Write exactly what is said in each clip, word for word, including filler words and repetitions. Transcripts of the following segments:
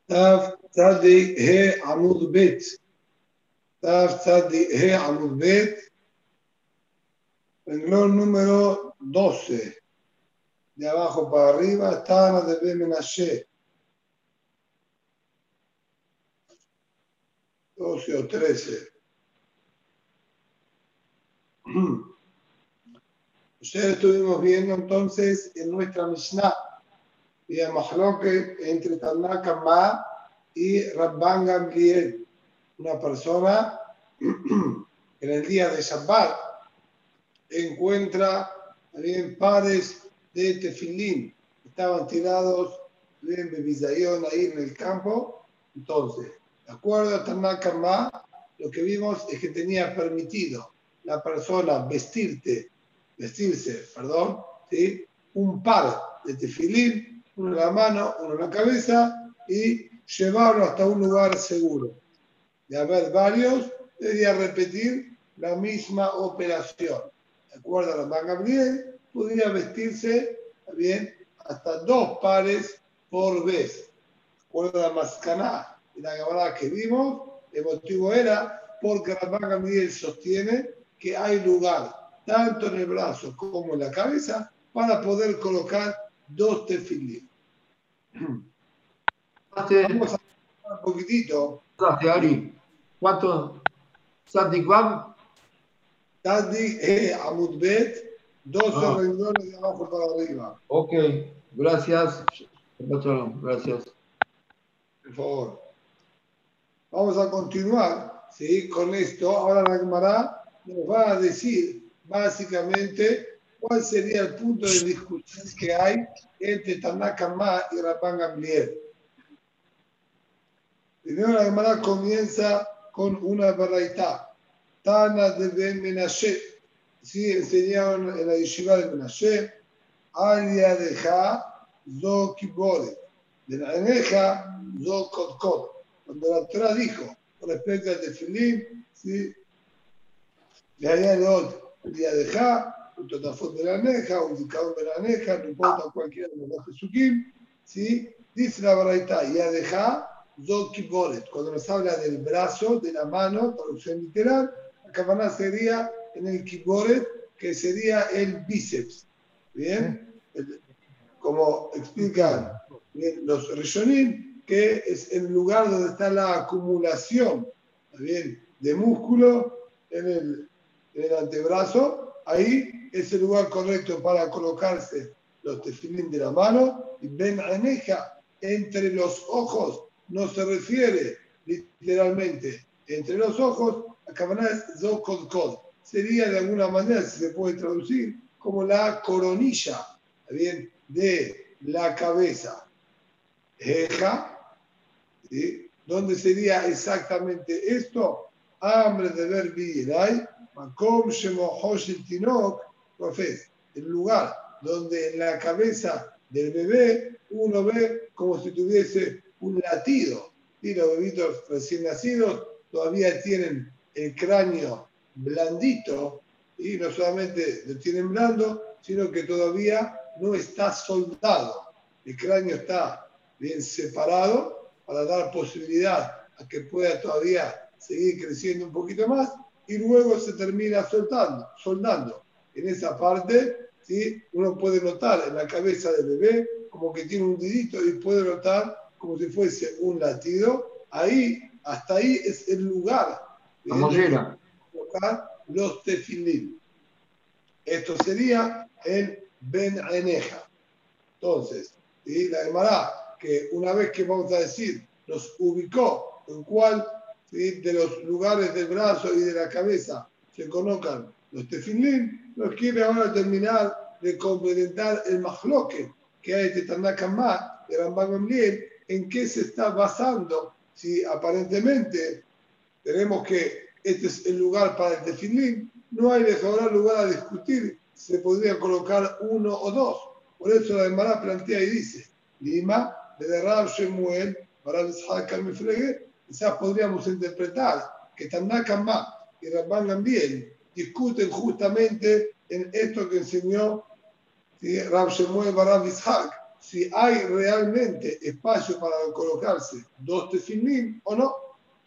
Tav Tzadi He Amud Bet. Tav Tzadi He Amud Bet. Renglón número doce. De abajo para arriba, Tana de Ben Menashe. doce o trece. Ayer estuvimos viendo entonces en nuestra Mishnah y el Mahloket entre Tanna Kama y Rabban Gamliel, una persona en el día de Shabbat encuentra también pares de tefilín, estaban tirados en Bebizayón ahí en el campo. Entonces, de acuerdo a Tanna Kama, lo que vimos es que tenía permitido la persona vestirte, vestirse, perdón, ¿sí? un par de tefilín, uno en la mano, uno en la cabeza, y llevarlo hasta un lugar seguro. De haber varios, debía repetir la misma operación. De acuerdo a la Rabban Gamliel, podría vestirse bien hasta dos pares por vez. De acuerdo a la Mascaná y la Gabará que vimos, el motivo era porque Rabban Gamliel sostiene que hay lugar, tanto en el brazo como en la cabeza, para poder colocar dos tefilín. Vamos a hablar un poquitito. Ari, ¿cuánto? Santi Kwam. Tadi E Amud Bet, doce ah. renglones de abajo para arriba. Ok, gracias. Gracias. Por favor. Vamos a continuar, ¿sí? Con esto. Ahora la Gemara nos va a decir básicamente cuál sería el punto de discusión que hay entre Tanna Kama y Rabban Gamliel. Primero la Gemara comienza con una baraita. Tana de Ben Menashe. Sí, enseñaron en la yeshiva de Menashe. Alia deja zo kibore. De la eneja zo kotkot. Cuando la Torah dijo respecto al tefilín, ¿sí? De allá de otro. Alia deja, un totafot de la eneja, un dicador de la eneja, no importa cualquiera de los dos Jesuquim, ¿sí? Dice la baraita, ya deja zo kibore. Cuando nos habla del brazo, de la mano, traducción literal, la cabana sería en el kiboret, que sería el bíceps. ¿Bien? El, como explican bien, los Rishonim, que es el lugar donde está la acumulación ¿bien? de músculo en el, en el antebrazo. Ahí es el lugar correcto para colocarse los tefilín de la mano. Y Ben Aneja, entre los ojos, no se refiere literalmente entre los ojos, la cabana es Zokodkod. Sería de alguna manera, si se puede traducir, como la coronilla ¿bien? de la cabeza. Eja, ¿sí? ¿Dónde sería exactamente esto? Hambre de ver Birai, Makom Shemohosh el Tinok, profes, el lugar donde en la cabeza del bebé uno ve como si tuviese un latido. Y los bebitos recién nacidos todavía tienen el cráneo blandito y no solamente lo tienen blando, sino que todavía no está soldado. El cráneo está bien separado para dar posibilidad a que pueda todavía seguir creciendo un poquito más y luego se termina soltando, soldando. En esa parte, ¿sí? Uno puede notar en la cabeza del bebé como que tiene un dedito y puede notar como si fuese un latido. Ahí, hasta ahí es el lugar la mollera. Colocar los tefilín. Esto sería el Ben Eneja. Entonces, ¿sí? La Gemara, que una vez que vamos a decir, los ubicó en cuál ¿sí? de los lugares del brazo y de la cabeza se colocan los tefilín, nos quiere ahora terminar de complementar el mahloket que hay de Tanna Kama, de Rabban Gamliel, en qué se está basando. Si aparentemente tenemos que este es el lugar para el tefilín, no hay de sobrar lugar a discutir, se podría colocar uno o dos. Por eso la Gemara plantea y dice, Lima, de Rab Shemuel, para Ishaq al-Mifrege, quizás podríamos interpretar que Tanna Kama y Rabban Gamliel discuten justamente en esto que enseñó ¿sí? Rab Shemuel Barab Ishaq, si hay realmente espacio para colocarse dos tefilín o no.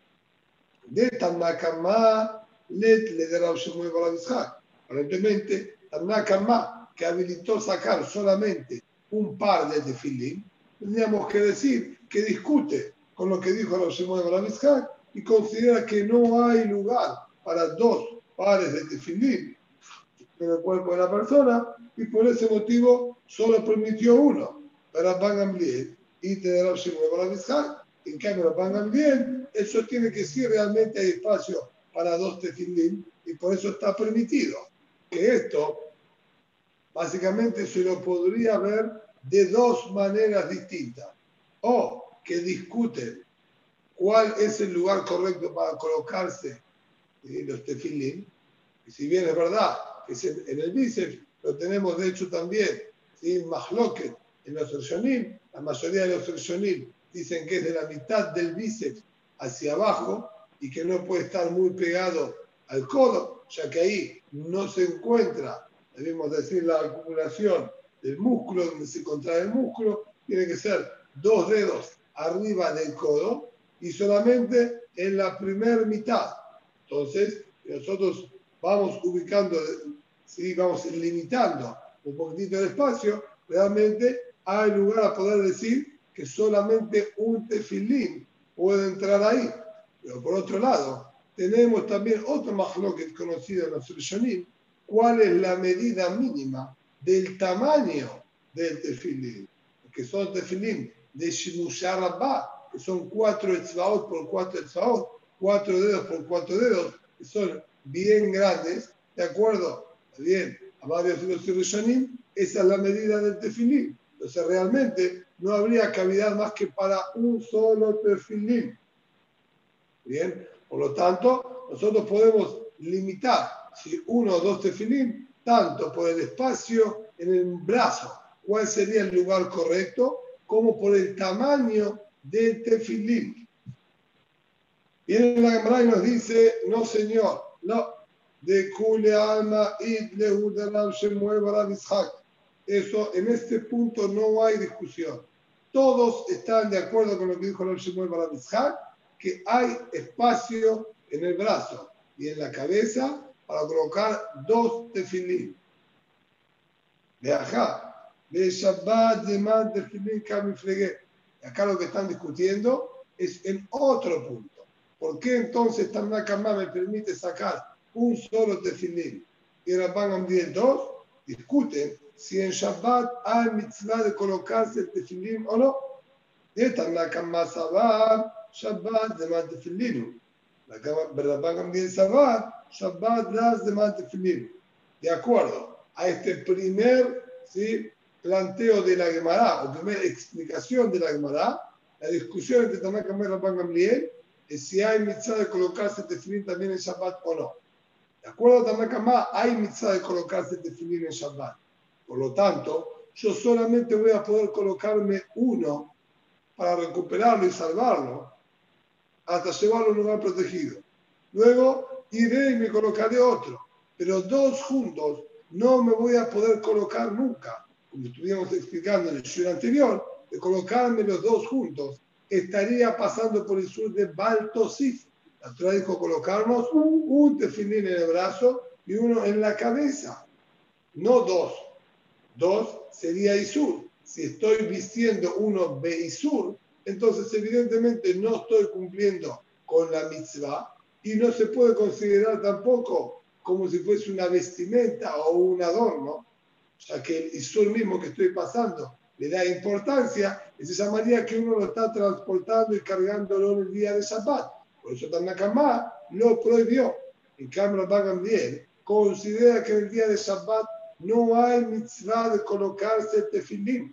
De Tanakama, let le de Rav Shemuel Bar Yitzhak. Aparentemente, Tanakama, que habilitó sacar solamente un par de tefilín, tendríamos que decir que discute con lo que dijo Rav Shemuel Bar Yitzhak y considera que no hay lugar para dos pares de tefilín en el cuerpo de la persona y por ese motivo solo permitió uno para Rabban Gamliel y te Rav Shemuel Bar Yitzhak. En cambio, Rabban Gamliel, eso tiene que ser realmente hay espacio para dos tefilín y por eso está permitido. Que esto básicamente se lo podría ver de dos maneras distintas. O que discuten cuál es el lugar correcto para colocarse eh, los tefilín. Y si bien es verdad que es en, en el bíceps, lo tenemos de hecho también, ¿sí? Mahloket en los Rishonim, la mayoría de los Rishonim dicen que es de la mitad del bíceps hacia abajo y que no puede estar muy pegado al codo, ya que ahí no se encuentra, debemos decir, la acumulación del músculo, donde se contrae el músculo, tiene que ser dos dedos arriba del codo y solamente en la primera mitad. Entonces, nosotros vamos ubicando, ¿sí? Vamos limitando un poquitito el espacio, realmente hay lugar a poder decir que solamente un tefilín puede entrar ahí. Pero por otro lado, tenemos también otro mahloket conocido en los Rishonim, cuál es la medida mínima del tamaño del tefilín, que son tefilín de Shimusha Rabbah, que son cuatro etzbaot por cuatro etzbaot, cuatro dedos por cuatro dedos, que son bien grandes, de acuerdo, bien, a varios de los Rishonim, esa es la medida del tefilín. Entonces realmente no habría cavidad más que para un solo tefilín. Bien, por lo tanto, nosotros podemos limitar si uno o dos tefilín, tanto por el espacio en el brazo, cuál sería el lugar correcto, como por el tamaño del tefilín. Viene la Gemara y nos dice, no señor, no, de Kule Alma Id Lehu de Rav Shemuel Bar Yitzhak. Eso, en este punto no hay discusión. Todos están de acuerdo con lo que dijo Rav Shemuel Bar Yitzhak, que hay espacio en el brazo y en la cabeza para colocar dos tefilín. De acá, de Shabbat, de Man, tefilín, Kamiflegué. Acá lo que están discutiendo es en otro punto. ¿Por qué entonces Tanakama me permite sacar un solo tefilín y Rabban Gamliel dos? Discuten si en Shabbat hay mitzvah de colocarse el tefilín o no. De Tanakama Sabar, Shabbat de más tefilín. Rabban Gamliel Sabar, Shabbat las de más tefilín. De acuerdo a este primer, ¿sí?, planteo de la Gemara, o primera explicación de la Gemara, la discusión entre Tanakama y Rabban Gamliel es si hay mitzvah de colocarse tefilín también en Shabbat o no. De acuerdo a Tanakama, hay mitzvah de colocarse tefilín en Shabbat. Por lo tanto, yo solamente voy a poder colocarme uno para recuperarlo y salvarlo hasta llevarlo a un lugar protegido. Luego iré y me colocaré otro. Pero dos juntos no me voy a poder colocar nunca. Como estuvimos explicando en el show anterior, de colocarme los dos juntos, estaría pasando por el sur de Baltosif. La Torah dijo colocarnos un tefilín en el brazo y uno en la cabeza. No dos. Dos sería Isur. Si estoy vistiendo uno Beisur, entonces evidentemente no estoy cumpliendo con la mitzvah y no se puede considerar tampoco como si fuese una vestimenta o un adorno, ya que el Isur mismo que estoy pasando le da importancia, y se llamaría que uno lo está transportando y cargándolo en el día de Shabbat. Por eso Tanakama lo prohibió. En cambio, Rabban Gamliel considera que en el día de Shabbat no hay mitzvah de colocarse el tefilín.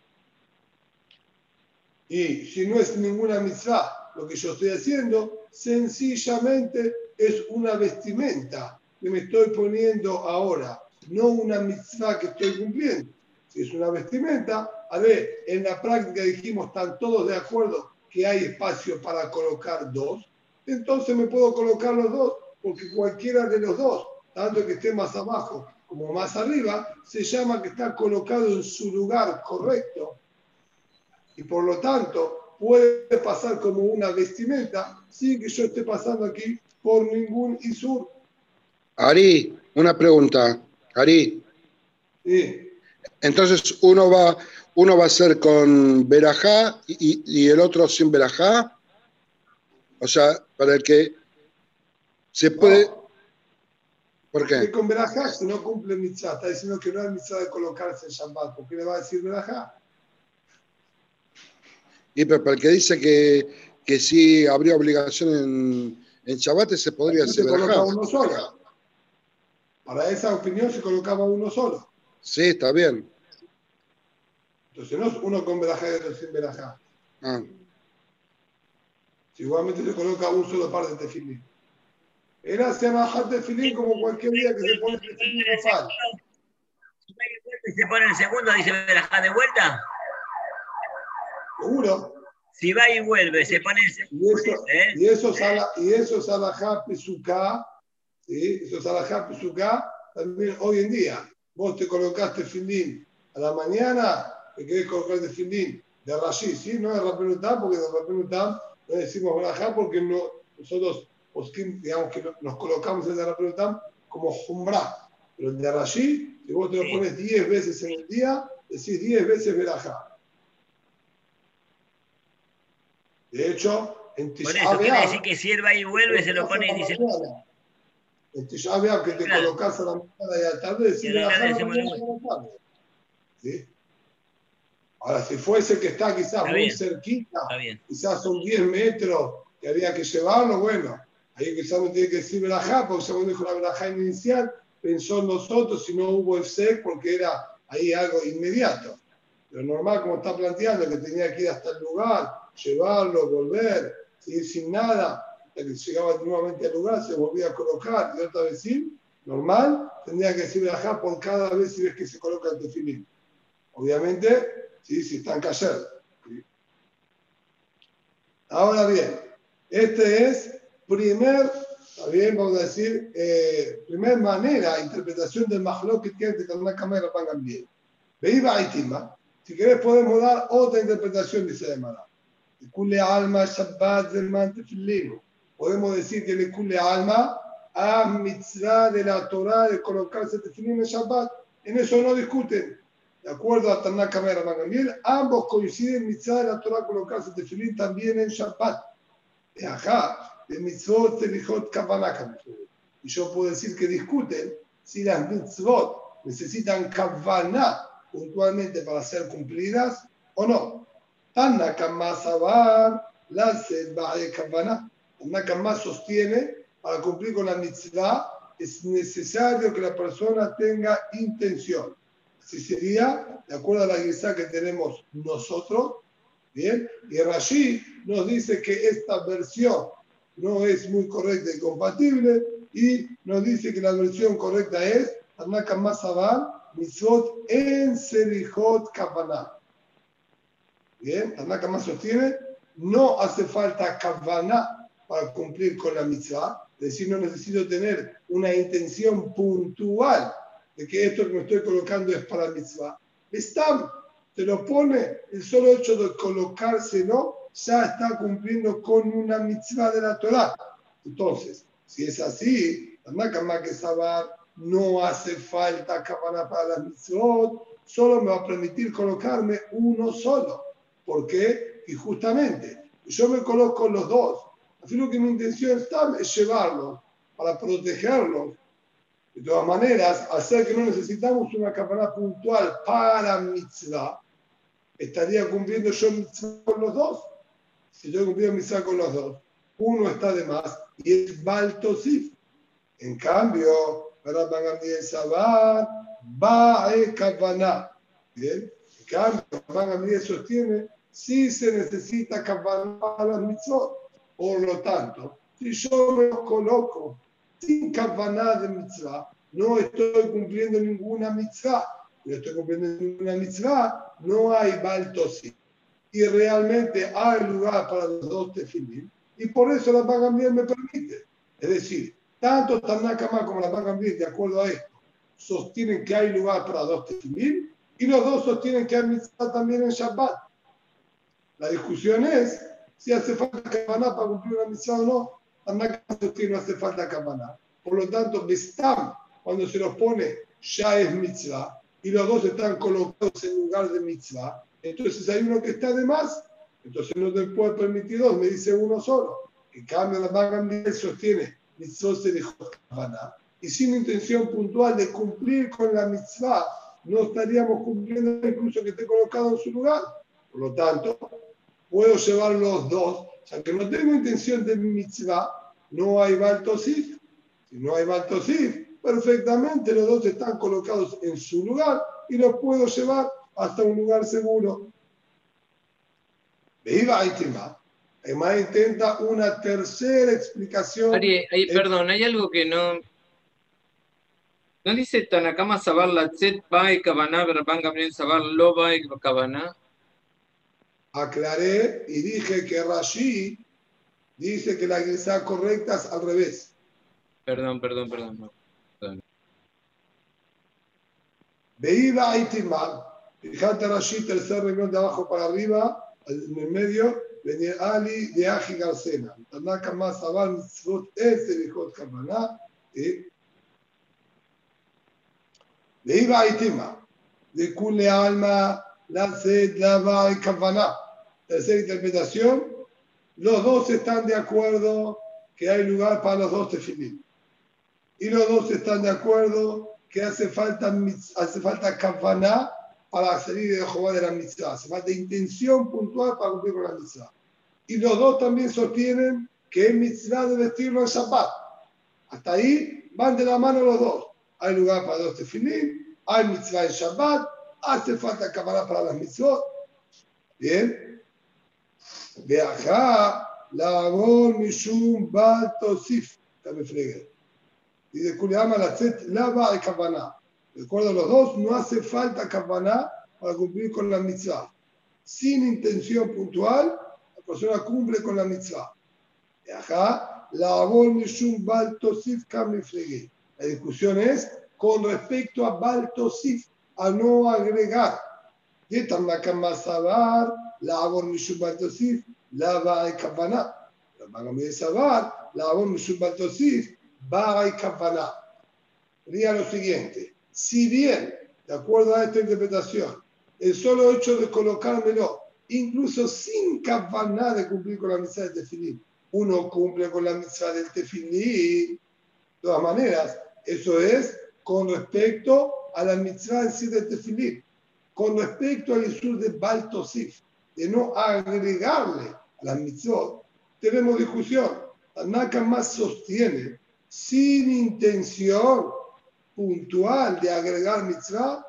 Y si no es ninguna mitzvah lo que yo estoy haciendo, sencillamente es una vestimenta que me estoy poniendo ahora, no una mitzvah que estoy cumpliendo. Si es una vestimenta, a ver, en la práctica dijimos, están todos de acuerdo que hay espacio para colocar dos, entonces me puedo colocar los dos, porque cualquiera de los dos, tanto que esté más abajo como más arriba, se llama que está colocado en su lugar correcto y por lo tanto puede pasar como una vestimenta sin que yo esté pasando aquí por ningún isur. Ari, una pregunta. Ari, Sí. entonces uno va, uno va a hacer con verajá y, y el otro sin verajá. O sea, para el que se puede... No, ¿Por porque qué? con verajá si no cumple mitzvah, está diciendo que no hay mitzvah de colocarse en Shabbat, ¿por qué le va a decir verajá? Y pero para el que dice que, que sí habría obligación en, en Shabbat, se podría Aquí hacer se coloca verajá. uno solo. Para esa opinión se colocaba uno solo. Sí, está bien. Entonces no es uno con verajá y otro sin verajá. Ah. Si igualmente se coloca un solo par de tefilín. Era se baja el tefilín como cualquier día que se pone el tefilín no falta. Si se pone el segundo, dice verajá de vuelta. Seguro. Si va y vuelve, se pone el segundo. Y eso, ¿eh? y eso es ala, y eso es alajá pesuká, ¿sí? Eso es alajá pesuká también hoy en día. Vos te colocaste tefilín a la mañana, te querés colocar tefilín de Rashi, ¿sí? No de Rapenutam, porque de Rapenutam no decimos alajá porque no, nosotros, digamos que nos colocamos el de Rapenutam como Jumbrá. Pero el de Rashi, si vos te lo Sí. pones diez veces en el día, decís diez veces verajá. De hecho, en Por Tisha eso quiere B'Av, decir que si él va y vuelve, se lo pone y dice. En Tisha B'Av que te Claro. colocas a la mañana y a la tarde, decís Y a la tarde verajá a la decimos mañana y a la tarde. ¿Sí? Ahora, si fuese que está quizás Está muy bien. cerquita, Está bien. quizás son diez metros que había que llevarlo, bueno, ahí quizás no tiene que decir verajá, porque según dijo la verajá inicial, pensó en nosotros si no hubo efsek porque era ahí algo inmediato. Pero normal, como está planteando, que tenía que ir hasta el lugar, llevarlo, volver, seguir sin nada, hasta que llegaba nuevamente al lugar, se volvía a colocar y otra vez sin, normal, tendría que decir verajá por cada vez si ves que se coloca el tefilín. Obviamente, ¿sí? Si están cayendo. ¿Sí? Ahora bien, este es primer, está bien, vamos a decir, eh, primer manera, interpretación del majló que tiene que tener una cámara para cambiar. Veíba y Tima. Si querés podemos dar otra interpretación, dice de Mara. El cule alma Shabbat del mantefilino. Podemos decir que el cule alma a mitzvah de la Torah de colocarse tefilín en Shabbat. En eso no discuten. De acuerdo a Tanaka Mera Magamiel, ambos coinciden mitzvah de la Torah colocarse tefilín también en Shabbat. De acá, de mitzvot telijot kavanah. Y yo puedo decir que discuten si las mitzvot necesitan kavanah puntualmente para ser cumplidas o no. Tanaka Masabar la Sedbae Kavanah. Tanaka Mas sostiene para cumplir con la mitzvah es necesario que la persona tenga intención. Así sería, de acuerdo a la guisa que tenemos nosotros, ¿bien? Y Rashi nos dice que esta versión no es muy correcta y compatible, y nos dice que la versión correcta es Tanaka Masabar, mitzvot en Selijot Kavanah. Bien, Tanaka Mas sostiene, no hace falta Kavanah para cumplir con la mitzvah, es decir, no necesito tener una intención puntual de que esto que me estoy colocando es para mitzvah. Estam, te lo pone, el solo hecho de colocárselo ya está cumpliendo con una mitzvah de la Torah. Entonces, si es así, Tanaka Mas que saber, no hace falta kavanah para las mitzvot, solo me va a permitir colocarme uno solo. ¿Por qué? Y justamente, yo me coloco los dos. Afirmo que mi intención está es llevarlos para protegerlos. De todas maneras, hacer que no necesitamos una kavanah puntual para mitzvah, estaría cumpliendo yo mitzvah con los dos. Si yo cumpliendo mitzvah con los dos, uno está de más y es baltosif. En cambio, para Bangamdiel Sabar, va a kavanah. Bien, en cambio, Bangamdiel sostiene si se necesita kavanah para las mitzvot. Por lo tanto, si yo me coloco sin kavanah de mitzvah, no estoy cumpliendo ninguna mitzvah. Si no estoy cumpliendo ninguna mitzvah, no hay baltosif. Y realmente hay lugar para los dos tefilín. Y por eso la Bangamdiel me permite. Es decir, tanto Tanaka Mas como la Bangamdiel, de acuerdo a esto, sostienen que hay lugar para dos tefilín y los dos sostienen que hay mitzvah también en Shabbat. La discusión es si hace falta Kavaná para cumplir una mitzvah o no. Anda que no hace falta Kavaná. Por lo tanto, Bestam, cuando se los pone, ya es mitzvah. Y los dos están colocados en lugar de mitzvah. Entonces hay uno que está de más. Entonces no te puede permitir dos. Me dice uno solo. En cambio, la Magambiel sostiene mitzvah se dejó Kavaná. Y sin intención puntual de cumplir con la mitzvah, no estaríamos cumpliendo incluso que esté colocado en su lugar. Por lo tanto, puedo llevar los dos. O sea, que no tengo intención de mitzvah, no hay Baltosif. Si no hay Baltosif, perfectamente los dos están colocados en su lugar y los puedo llevar hasta un lugar seguro. Viva Aitima. Además intenta una tercera explicación. Ari, ahí, perdón, hay algo que no... ¿No dice Tanakama Sabar Latzet Bai Kavaná, Rabban Gamliel Sabar Lo Bai Kavaná? Aclaré y dije que Rashi dice que la guisa correcta es al revés. Perdón, perdón, perdón. No. perdón. Veíba Aitimar. Fíjate Rashi, tercer renglón de abajo para arriba, en el medio, venía Ali de Aji Garcena. Tanakama Sabar Mitzvot Ese Bijot Kavaná. Veíba Aitimar. De Kule Alma. La sed, la va y kavaná. Tercera interpretación, los dos están de acuerdo que hay lugar para los dos tefilín. Y los dos están de acuerdo que hace falta, hace falta kavaná para salir de Jehová de la mitzvah. Hace falta intención puntual para cumplir con la mitzvah. Y los dos también sostienen que es mitzvah de vestirlo en Shabbat. Hasta ahí van de la mano los dos. Hay lugar para dos tefilín, hay mitzvah en Shabbat. Hace falta Kavaná para las mitzvot. Bien. De acá, la amor mishum bal tosif. Me fregué. Y de Kuliama la tzet lava y Kavaná. De acuerdo a los dos, no hace falta Kavaná para cumplir con la mitzvah. Sin intención puntual, la persona cumple con la mitzvah. De acá, la amor mishum bal tosif. Me fregué. La discusión es con respecto a bal tosif, a no agregar. Y Tanakama Sabar, la Abor Mishum Baltosif, la va y Kavaná. La Magamid Sabar, la Abor Mishum Baltosif, va y Kavaná. Diría lo siguiente: si bien, de acuerdo a esta interpretación, el solo hecho de colocármelo, incluso sin Kavaná de cumplir con la mitzvah del tefilín, uno cumple con la mitzvah del tefilín, de todas maneras, eso es con respecto a la mitzvah en sí del tefilín. Con respecto al isur de Bal Tosif, de no agregarle a la mitzvot, tenemos discusión. Tanaka más sostiene, sin intención puntual de agregar mitzvah,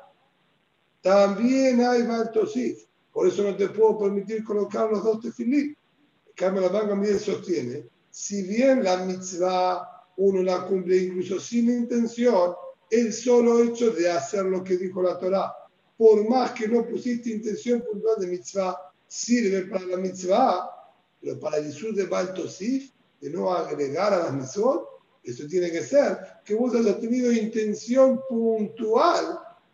también hay Bal Tosif. Por eso no te puedo permitir colocar los dos tefilín. En cambio, la Banca Miguel sostiene, si bien la mitzvah uno la cumple incluso sin intención, el solo hecho de hacer lo que dijo la Torá, por más que no pusiste intención puntual de mitzvah, sirve para la mitzvah, pero para el isur de Bal Tosif, de no agregar a las mitzvot, eso tiene que ser que vos hayas tenido intención puntual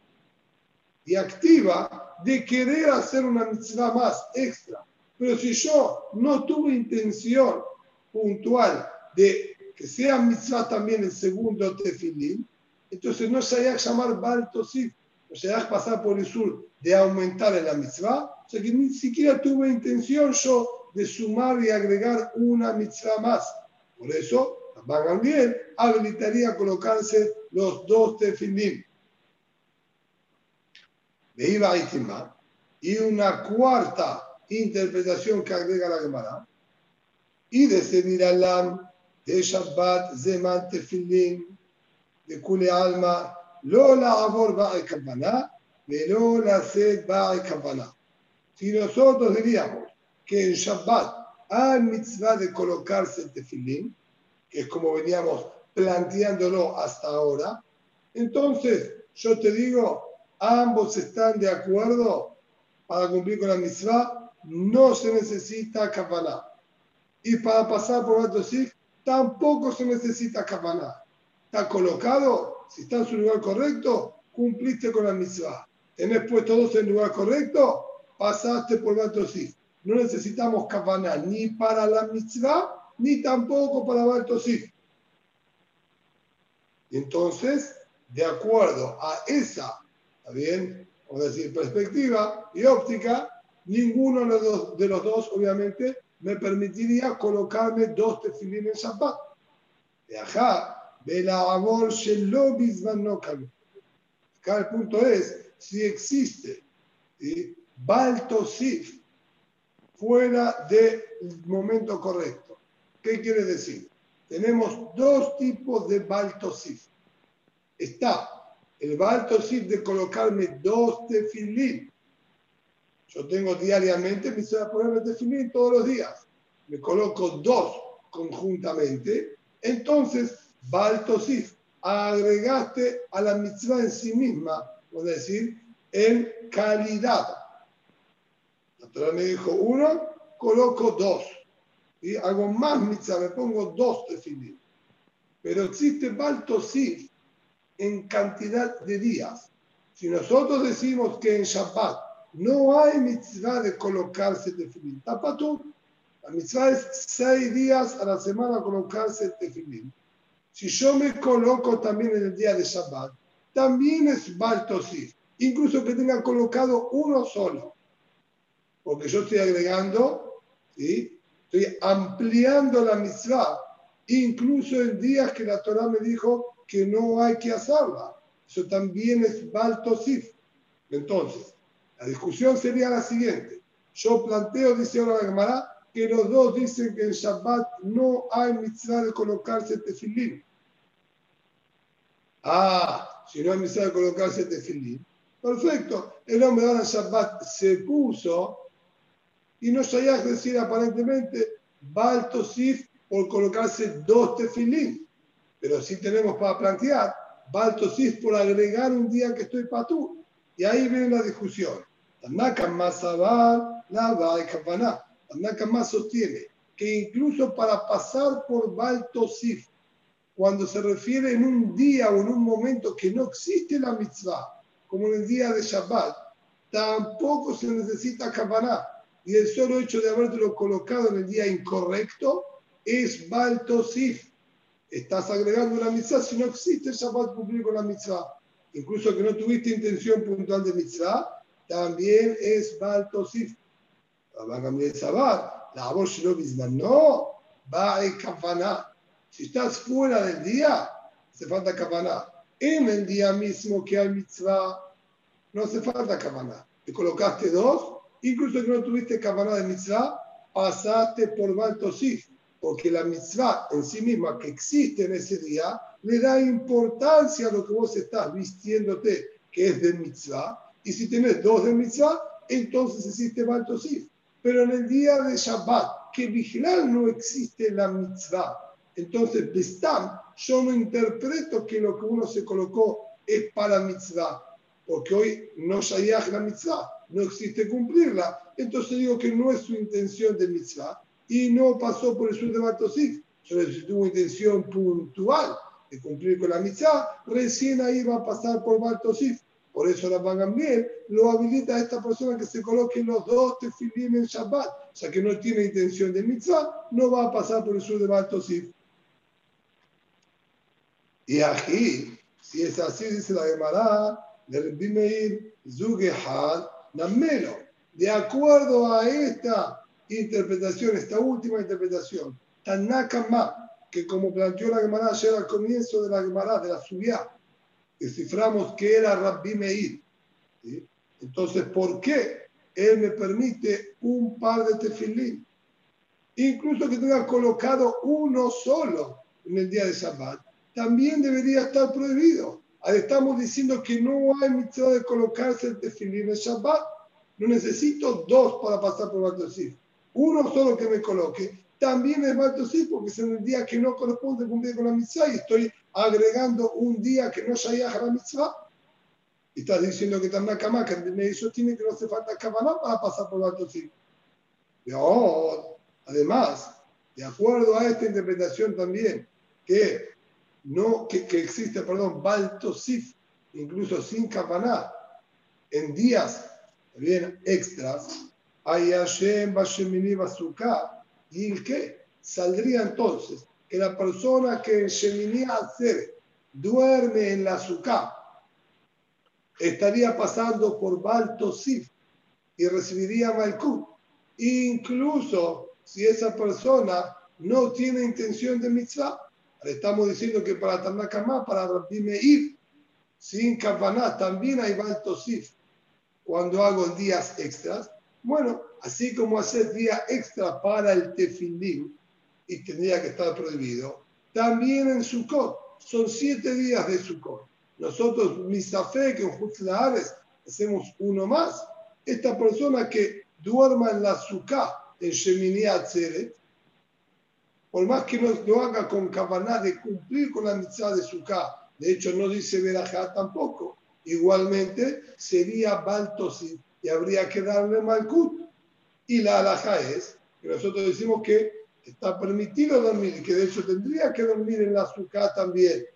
y activa de querer hacer una mitzvah más extra. Pero si yo no tuve intención puntual de que sea mitzvah también el segundo tefilín, entonces no se haya que llamar Bal Tosif, no se haya que pasar por el sur de aumentar en la mitzvah, o sea que ni siquiera tuve intención yo de sumar y agregar una mitzvah más. Por eso, Van Gamliel habilitaría colocarse los dos tefilín. De Iba y una cuarta interpretación que agrega la Gemara, y de Seviralam, de Shabbat, Zeman Tefilín, de Kule Alma, lo la Abor Ba'i Kavaná, pero la Sed Ba'i Kavaná. Si nosotros diríamos que en Shabbat hay mitzvah de colocarse el tefilín, que es como veníamos planteándolo hasta ahora, entonces yo te digo, ambos están de acuerdo para cumplir con la mitzvah, no se necesita kavaná. Y para pasar por Bal Tosif, tampoco se necesita kavaná. Está colocado, si está en su lugar correcto, cumpliste con la mitzvah. Tenés puesto dos en el lugar correcto, pasaste por Bal Tosif. no necesitamos kavaná ni para la mitzvah, ni tampoco para Baal Tosif. Entonces, de acuerdo a esa, ¿está bien? Vamos a decir, perspectiva y óptica, ninguno de los dos, de los dos obviamente, me permitiría colocarme dos tefilín en Shabbat. De acá, de la amor shelo bizman no kalu. Acá el punto es, si existe ¿sí? Baal Tosif fuera del momento correcto. ¿Qué quiere decir? Tenemos dos tipos de Baal Tosif. Está el Baal Tosif de colocarme dos tefilín. Yo tengo diariamente, me hice ponerme tefilín todos los días. Me coloco dos conjuntamente. Entonces, Baal Tosif, agregaste a la mitzvah en sí misma, es decir, en calidad. La Torah me dijo uno, coloco dos. ¿Sí? Hago más mitzvah, me pongo dos tefilín. Pero existe Baal Tosif en cantidad de días. Si nosotros decimos que en Shabbat no hay mitzvah de colocarse tefilín, tapatú, la mitzvah es seis días a la semana colocarse tefilín. Si yo me coloco también en el día de Shabbat, también es Baal Tosif, incluso que tenga colocado uno solo, porque yo estoy agregando, ¿sí? Estoy ampliando la mitzvah, incluso en días que la Torah me dijo que no hay que hacerla. Eso también es Baal Tosif. Entonces, la discusión sería la siguiente. Yo planteo, dice ahora la Gemara, que los dos dicen que en Shabbat no hay mitzvah de colocarse tefilín. Ah, si no hay mitzvah de colocarse tefilín, perfecto. El hombre ahora en Shabbat se puso y no sabía decir aparentemente Baal Tosif por colocarse dos tefilín. Pero sí tenemos para plantear Baal Tosif por agregar un día que estoy patú. Y ahí viene la discusión. Tanaka Masabar, la Baal Kavaná. Tanaka Mas sostiene que incluso para pasar por Baal Tosif, cuando se refiere en un día o en un momento que no existe la mitzvah, como en el día de Shabbat, tampoco se necesita Kavaná. Y el solo hecho de habértelo colocado en el día incorrecto es Baal Tosif. Estás agregando una mitzvah si no existe el Shabbat cumplir con la mitzvah. Incluso que no tuviste intención puntual de mitzvah, también es Baal Tosif. Va a cambiar el Shabbat. La Abor Shelo Bizman no va a Kavaná. Si estás fuera del día, hace falta Kavaná. En el día mismo que hay mitzvah, no hace falta Kavaná. Te colocaste dos, incluso que no tuviste Kavaná de mitzvah, pasaste por Baal Tosif. Porque la mitzvah en sí misma que existe en ese día le da importancia a lo que vos estás vistiéndote, que es de mitzvah. Y si tenés dos de mitzvah, entonces existe Baal Tosif. Pero en el día de Shabbat, que vigilar no existe la mitzvah. Entonces, Bestam, yo no interpreto que lo que uno se colocó es para mitzvah. Porque hoy no shayach la mitzvah, no existe cumplirla. Entonces digo que no es su intención de mitzvah. Y no pasó por el sur de Baal Tosif. Solo si tuvo intención puntual de cumplir con la mitzvah, recién ahí va a pasar por Baal Tosif. Por eso la Rabban Gamliel lo habilita a esta persona que se coloque los dos tefilín en Shabbat. O sea que no tiene intención de mitzvah, no va a pasar por el sur de Baal Tosif. Y aquí, si es así, dice la Gemara, de Rabbi Meir, Zugehad, Namelo. De acuerdo a esta interpretación, esta última interpretación, Tanaka Ma, que como planteó la Gemara ayer al comienzo de la Gemara, de la Subiá, desciframos que era Rabbi Meir. ¿Sí? Entonces, ¿por qué él me permite un par de tefilín? Incluso que tenga colocado uno solo en el día de Shabbat, también debería estar prohibido. Ahí estamos diciendo que no hay mitzvah de colocarse el tefilín en Shabbat. No necesito dos para pasar por Baal Tosif. Uno solo que me coloque, también es Baal Tosif, porque es en el día que no corresponde cumplir con la mitzvah y estoy agregando un día que no shayach la mitzvah. Y estás diciendo que Tanaka Ma, que me hizo, tiene que no hace falta Kavaná para pasar por Baal Tosif. No, además, de acuerdo a esta interpretación también, que, no, que, que existe, perdón, Baal Tosif, incluso sin Kavaná, en días bien extras, Hay Hashem, Bashemini, Bazooka. ¿Y el qué? Saldría entonces que la persona que en Shemini Atzeret duerme en la Azúcar estaría pasando por Baal Tosif y recibiría Malkut. Incluso si esa persona no tiene intención de mitzvah. Le estamos diciendo que para Tanakama, para Rabbi Meir, sin Kavaná, también hay Baal Tosif cuando hago días extras. Bueno, así como hacer día extra para el tefilín y tendría que estar prohibido, también en Sukkot son siete días de Sukkot. Nosotros, Misafek, en Hutzlaares, hacemos uno más. Esta persona que duerma en la Sukkah, en Shemini Atzeret, por más que no, no haga con Kavaná de cumplir con la mitzvah de Sukkah, de hecho no dice Berajá tampoco, igualmente sería Baal Tosif y habría que darle Malkut. Y la halajá es que nosotros decimos que está permitido dormir y que de hecho tendría que dormir en la Sukkah también.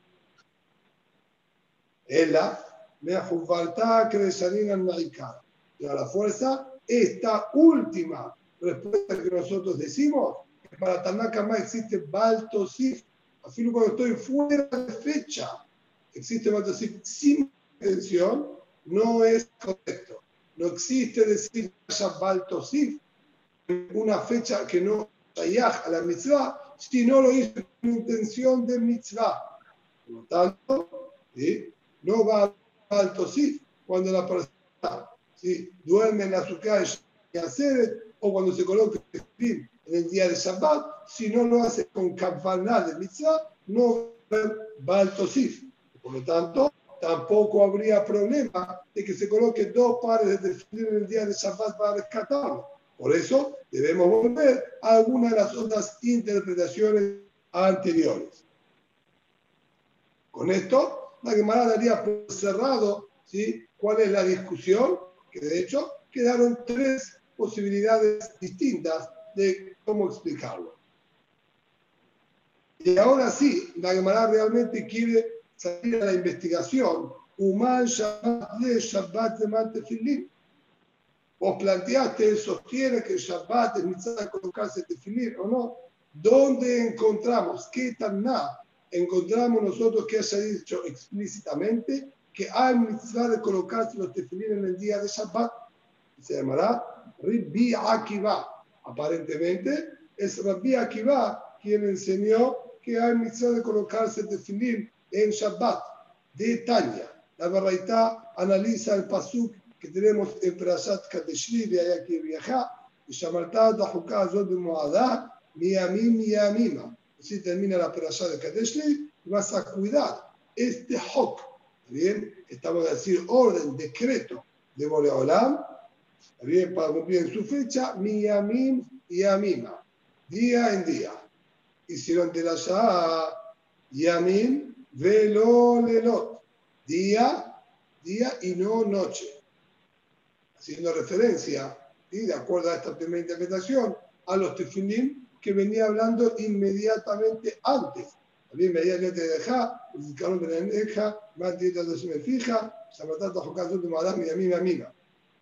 Ella me ha faltado que desanina en Naikar. Y a la fuerza, esta última respuesta que nosotros decimos, que para Tanakama existe Baal Tosif, así que cuando estoy fuera de fecha, existe Baal Tosif sin intención, no es correcto. No existe decir que haya Baal Tosif en una fecha que no shayach a la mitzvah, si no lo hizo con intención de mitzvah. Por lo tanto, ¿sí?, no va a Baal Tosif cuando la persona, ¿sí?, duerme en la Sukkah y hacer, o cuando se coloca en el día de Shabbat, si no lo hace con Kavaná de mitzvah, no va al Tosif. Por lo tanto, tampoco habría problema de que se coloque dos pares de tefilín en el día de Shabbat para rescatarlo. Por eso debemos volver a algunas de las otras interpretaciones anteriores. Con esto, la Gemara daría por cerrado, ¿sí?, cuál es la discusión, que de hecho quedaron tres posibilidades distintas de cómo explicarlo. Y ahora sí, la Gemara realmente quiere salir a la investigación. Uman Shabbat de Shabbat de Mantefilín. Vos planteaste, él sostiene que el Shabbat es mitzvah de colocarse tefilín o no. ¿Dónde encontramos? ¿Qué taná encontramos nosotros que haya dicho explícitamente que hay mitzvah de colocarse los tefilín en el día de Shabbat? Se llamará Rabbi Akiva. Aparentemente es Rabbi Akiva quien enseñó que hay mitzvah de colocarse tefilín en Shabbat. De Tanya, la Baraitá analiza el pasuk que tenemos en Perashat Kadeshli de Ayaki Viajá, y Shamartá da Juká Zod de Moadá, Miyamim Miyamima. Así termina la Perashat de Kadeshli, y vas a cuidar este Hok, bien, estamos a decir orden, decreto de Boreolam, bien, para cumplir en su fecha, Miyamim y Yamima, día en día. Hicieron de la Shah, Yamim, Velo Lelot, día, día y no noche. Haciendo referencia, ¿sí?, de acuerdo a esta primera interpretación, a los tefilín que venía hablando inmediatamente antes. También inmediatamente de Dejá, Zikaron Ben Eja, Mantita de Sume Fija, Shamatata Jokazut de Madame y Amina Amina.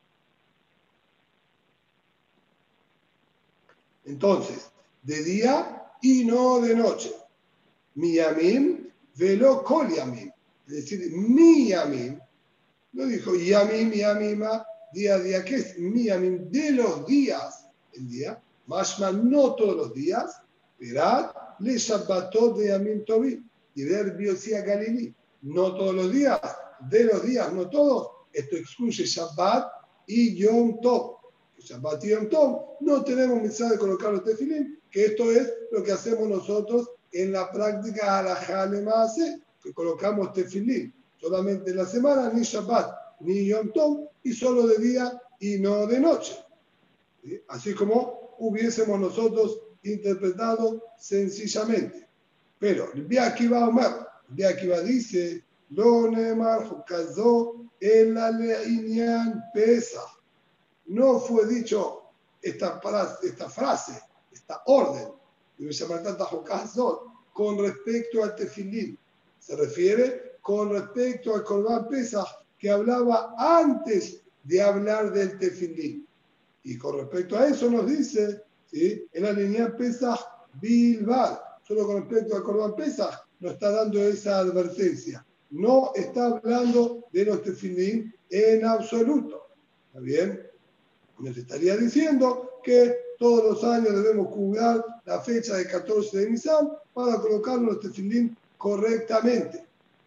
Entonces, de día y no de noche. Miyamim, velo kol yamim. Es decir, mi yamim. No dijo yamim, yamima, día a día. ¿Qué es mi yamim? De los días. El día. Mashma, no todos los días. Verad, le shabbatot de yamim tovim. Y ver biosía galilí. No todos los días. De los días, no todos. Esto excluye Shabbat y Yom Tov. Shabbat y Yom Tov no tenemos mitzvah de colocar los tefilín, que esto es lo que hacemos nosotros en la práctica halajá lema'aseh, que colocamos tefilín solamente en la semana, ni Shabbat ni Yom Tov, y solo de día y no de noche. ¿Sí? Así como hubiésemos nosotros interpretado sencillamente. Pero Rabbi Akiva Omer, Rabbi Akiva dice, Lo ne'emar hukazó el le'inyan Pesach. No fue dicho esta frase, esta, frase, esta orden de Shamartata Jokazot con respecto al tefilín. Se refiere con respecto al Korban Pesach que hablaba antes de hablar del tefilín. Y con respecto a eso nos dice, ¿sí? En la línea Pesach Bilbal, solo con respecto al Corban Pesach, nos está dando esa advertencia. No está hablando de los tefilín en absoluto. ¿Está bien? Nos estaría diciendo que todos los años debemos cuidar la fecha de catorce de Nisan para colocar los tefilín correctamente.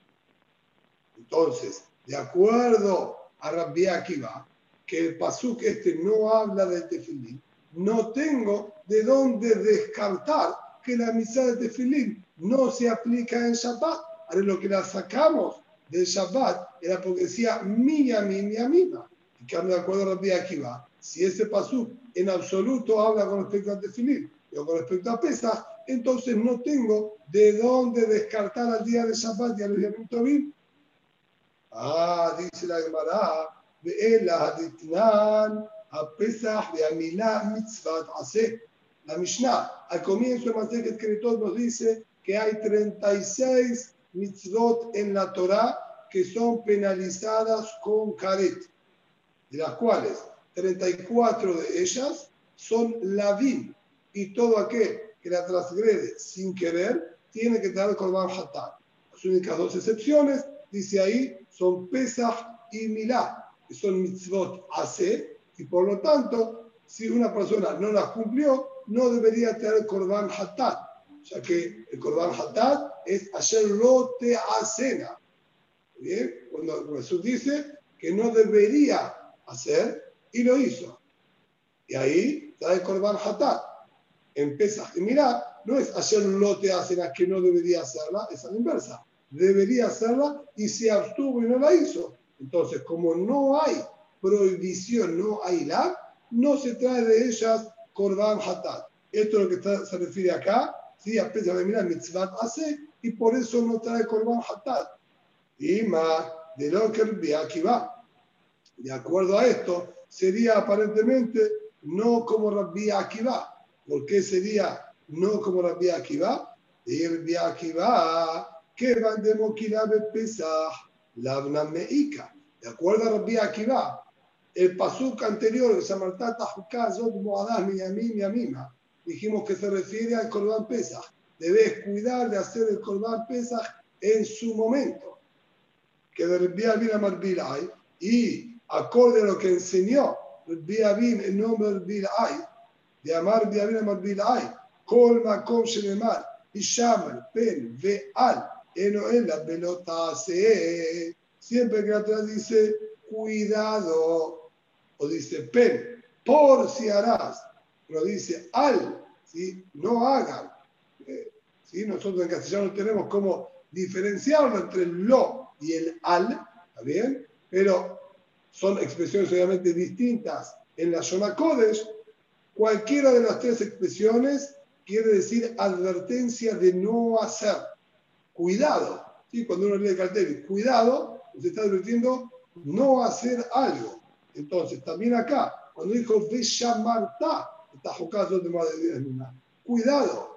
Entonces, de acuerdo a Rabbi Akiva, que el pasuk este no habla del tefilín, no tengo de dónde descartar que la misa de tefilín no se aplica en Shabbat. Ahora lo que la sacamos del Shabbat era porque decía mi a mí, mi a mí. En cambio, de acuerdo a Rabbi Akiva, si ese pasuk en absoluto habla con respecto al tefilín o con respecto a Pesach, entonces no tengo de dónde descartar al día de Shabbat y a los días de Tovim. Ah, dice la Gemara, ve'ela haditnan a Pesach ve'amilá mitzvat aseh. La Mishnah, al comienzo de Masechet Keretot, nos dice que hay treinta y seis mitzvot en la Torá que son penalizadas con karet, de las cuales treinta y cuatro de ellas son lavim, y todo aquel que la transgrede sin querer tiene que traer korban hatat. Las únicas dos excepciones, dice ahí, son Pesach y Milá, que son mitzvot aseh, y por lo tanto, si una persona no las cumplió, no debería tener korban hatat, ya que el korban hatat es asher lo te asena. Bien, cuando Jesús dice que no debería hacer y lo hizo, y ahí trae korban hatat. En Pesach y Milá no es asher lo te asena, que no debería hacerla, es a la inversa. Debería hacerla y se abstuvo y no la hizo. Entonces, como no hay prohibición, no hay la, no se trae de ellas korban hatat. Esto es lo que está, se refiere acá, ¿sí? A Pesach de Milá mitzvat aseh, y por eso no trae korban hatat. Y más de lo que Rabbi Akiva. De acuerdo a esto, sería aparentemente no como Rabbi Akiva. ¿Por qué sería no como Rabbi Akiva? Y Rabbi Akiva, que van de Moquila de Pesach, Lavna Meika. De acuerdo a Rabbi Akiva, el pasuk anterior de Samartata Hukazot Moadas Miyamim Yamima, dijimos que se refiere al Korban Pesach. Debes cuidar de hacer el Korban Pesach en su momento. Que de Rabbi Abin Amar Bilai, y acorde a lo que enseñó Rabbi Abin en nombre de Bilai, de Amar Rabbi Abin Amar Bilai, Kol Makom Shenemar, Ishamar, Pen, Ve'al, Enoela, Belotase, siempre que atrás dice cuidado, o dice pen, por si harás, pero dice al, ¿sí? No hagan. Eh, ¿sí? Nosotros en castellano tenemos como diferenciarlo entre el lo y el al, ¿está bien? Pero son expresiones obviamente distintas en la Shona Kodesh. Cualquiera de las tres expresiones quiere decir advertencia de no hacer. Cuidado, ¿sí? Cuando uno lee el cartel, cuidado, se está advirtiendo no hacer algo. Entonces, también acá, cuando dijo Veshamarta, está jocando de madre, cuidado,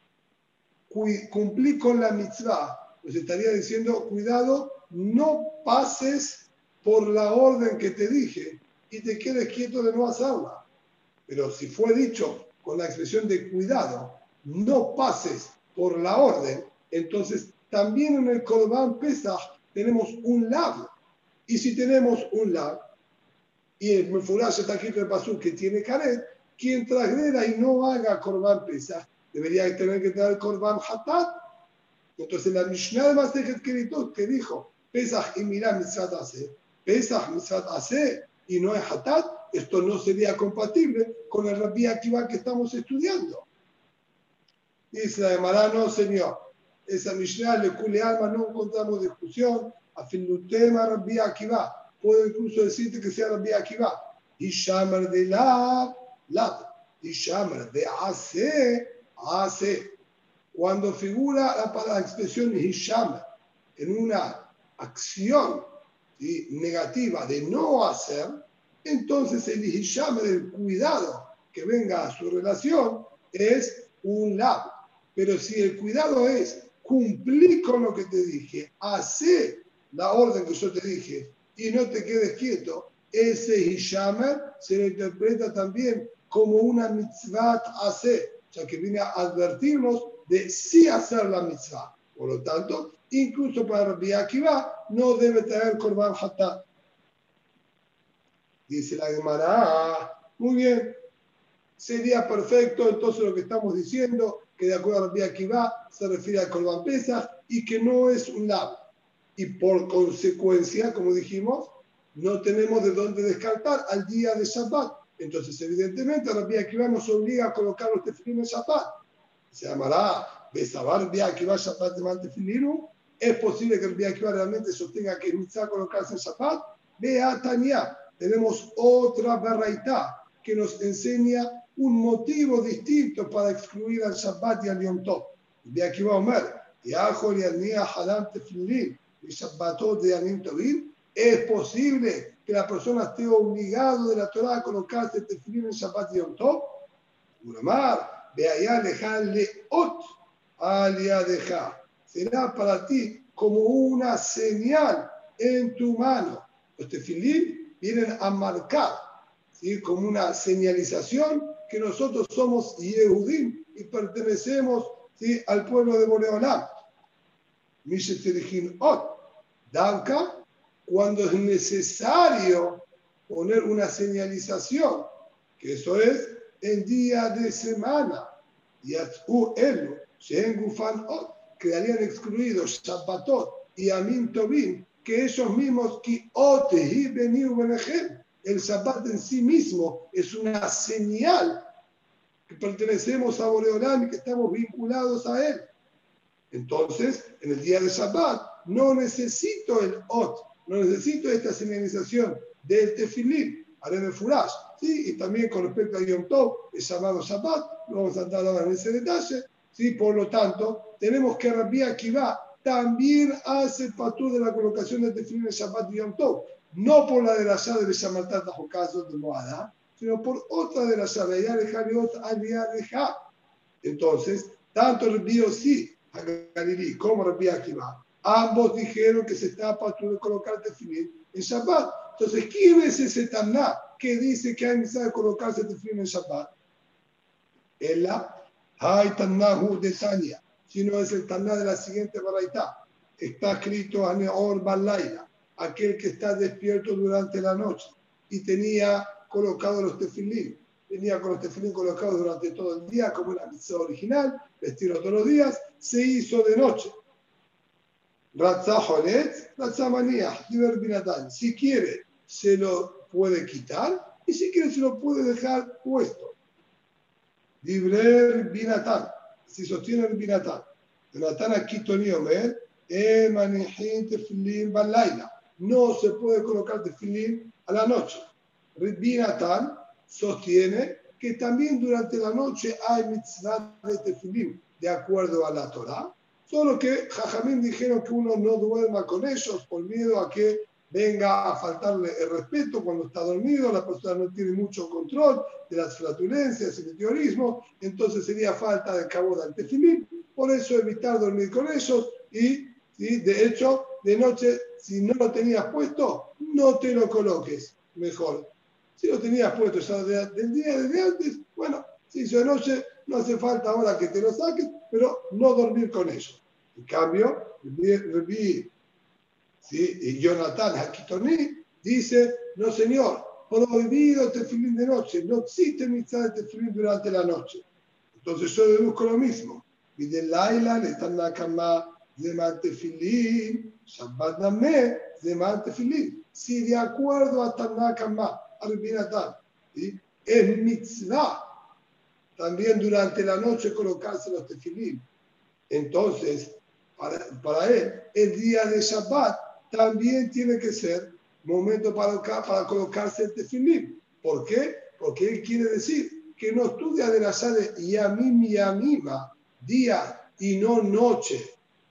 cumplí con la mitzvah, pues estaría diciendo, cuidado, no pases por la orden que te dije y te quedes quieto de no hacerla. Pero si fue dicho con la expresión de cuidado, no pases por la orden, entonces también en el Korban Pesach tenemos un lav. Y si tenemos un lav, y el Mefurash está aquí en el pasuk que tiene karet, quien transgreda y no haga Korban Pesach debería tener que traer Korban Hatat. Entonces la Mishnah de Masechet Keretot que dijo Pesach y Milá mitzvat aseh, Pesach mitzvat aseh y no es Hatat, esto no sería compatible con el Rabbi Akiva que estamos estudiando. Dice la Gemara, no señor, esa Mishnah le cule alma, no encontramos discusión, a fin de un tema Rabbi Akiva, puedo incluso decirte que sea Rabbi Akiva, y Shamer de la, la, y Shamer de hace, hace. Cuando figura la, la expresión Hishamer en una acción, ¿sí?, negativa de no hacer, entonces el Hishamer, el cuidado que venga a su relación, es un lab. Pero si el cuidado es cumplir con lo que te dije, hacer la orden que yo te dije y no te quedes quieto, ese Hishamer se le interpreta también como una mitzvah hacer, o sea que viene a advertirnos de sí hacer la mitzvah. Por lo tanto, incluso para Rabbi Akiva no debe traer Korban Hatat. Dice la Gemara, muy bien, sería perfecto entonces lo que estamos diciendo, que de acuerdo a Rabbi Akiva se refiere al Korban Pesach y que no es un lab. Y por consecuencia, como dijimos, no tenemos de dónde descartar al día de Shabbat. Entonces, evidentemente, Rabbi Akiva nos obliga a colocar los tefilín en Shabbat. Se llamará Besabar Rabbi Akiva Shabbat de mal tefilín. ¿Es posible que Rabbi Akiva realmente sostenga que es mitzvah colocarse en Shabbat? Vea Tania, tenemos otra baraita que nos enseña un motivo distinto para excluir al Shabbat y al Yom Tov. Rabbi Akiva Omer, Yahol y Alnia Halam tefilín y Shabbatot de Yamim Tovim. ¿Es posible que la persona esté obligado de la Torah a colocarse el tefilín en Shabbat y Yom Tov? Uramar, ve allá dejarle ot alia dejar. Será para ti como una señal en tu mano. Los tefilín vienen a marcar, ¿sí?, como una señalización que nosotros somos Yehudim y pertenecemos, ¿sí?, al pueblo de Boreolam. Misheterichin ot, Danka, cuando es necesario poner una señalización, que eso es en día de semana, Yatzu Elu, Shen Gufan Ot, quedarían excluidos Shabbatot y Amim Tovim, que ellos mismos, Ki Otehi Beniu Benechem, el Shabbat en sí mismo es una señal que pertenecemos a Boreolam y que estamos vinculados a él. Entonces, en el día de Shabbat, no necesito el Ot, no necesito esta señalización del tefilín, haré furash, ¿sí? Y también con respecto a Yom Tov, es llamado Shabbat, no vamos a entrar ahora en ese detalle, ¿sí? Por lo tanto, tenemos que Rabbi Akiva también hace patur de la colocación del tefilín en Shabbat y Yom Tov, no por la de la llave de Shamartat Jocaso de Moada, sino por otra de la llave, ya de Jariot Aliyah de Ja. Entonces, tanto Rabbi Yossi Galilí como Rabbi Akiva, ambos dijeron que se está patur de colocar tefilín en Shabbat. Entonces, ¿quién es ese Taná que dice que hay necesidad de colocarse tefilín en Shabbat? Ella, hay Tanáhu de Tania, si no es el Taná de la siguiente baraita. Está escrito a Neor Balaila, aquel que está despierto durante la noche y tenía colocados los tefilín, tenía con los tefilín colocados durante todo el día como una mitzvah original, vestirlo todos los días, se hizo de noche. Si quiere, se lo puede quitar y si quiere, se lo puede dejar puesto. Librer binatán, si sostiene el binatán. Binatán aquí Toniomer, no se puede colocar tefilín a la noche. Binatán sostiene que también durante la noche hay mitzvah de tefilín, de acuerdo a la Torah. Solo que Jajamín dijeron que uno no duerma con ellos por miedo a que venga a faltarle el respeto cuando está dormido, la persona no tiene mucho control de las flatulencias y meteorismo, entonces sería falta de cabo del tefilín. Por eso evitar dormir con ellos y, ¿sí?, de hecho, de noche, si no lo tenías puesto, no te lo coloques, mejor. Si lo tenías puesto ya de, del día desde antes, bueno, si hizo de noche, no hace falta ahora que te lo saques, pero no dormir con ellos. En cambio, Rabbi, ¿sí?, y Jonathan Hakitoní dice, no señor, prohibido tefilín de noche, no existe mitzvah de tefilín durante la noche. Entonces yo deduzco lo mismo. Y de Laila le están la cama de tefilín, Shabbat Nameh de tefilín. Si de acuerdo a Tanakama, al Binatán, ¿sí?, es mitzvah también durante la noche colocarse los tefilín. Entonces, para, para él, el día de Shabbat también tiene que ser momento para, para colocarse el tefilín. ¿Por qué? Porque él quiere decir que no estudia de la sala Yamim Yamima, día y no noche,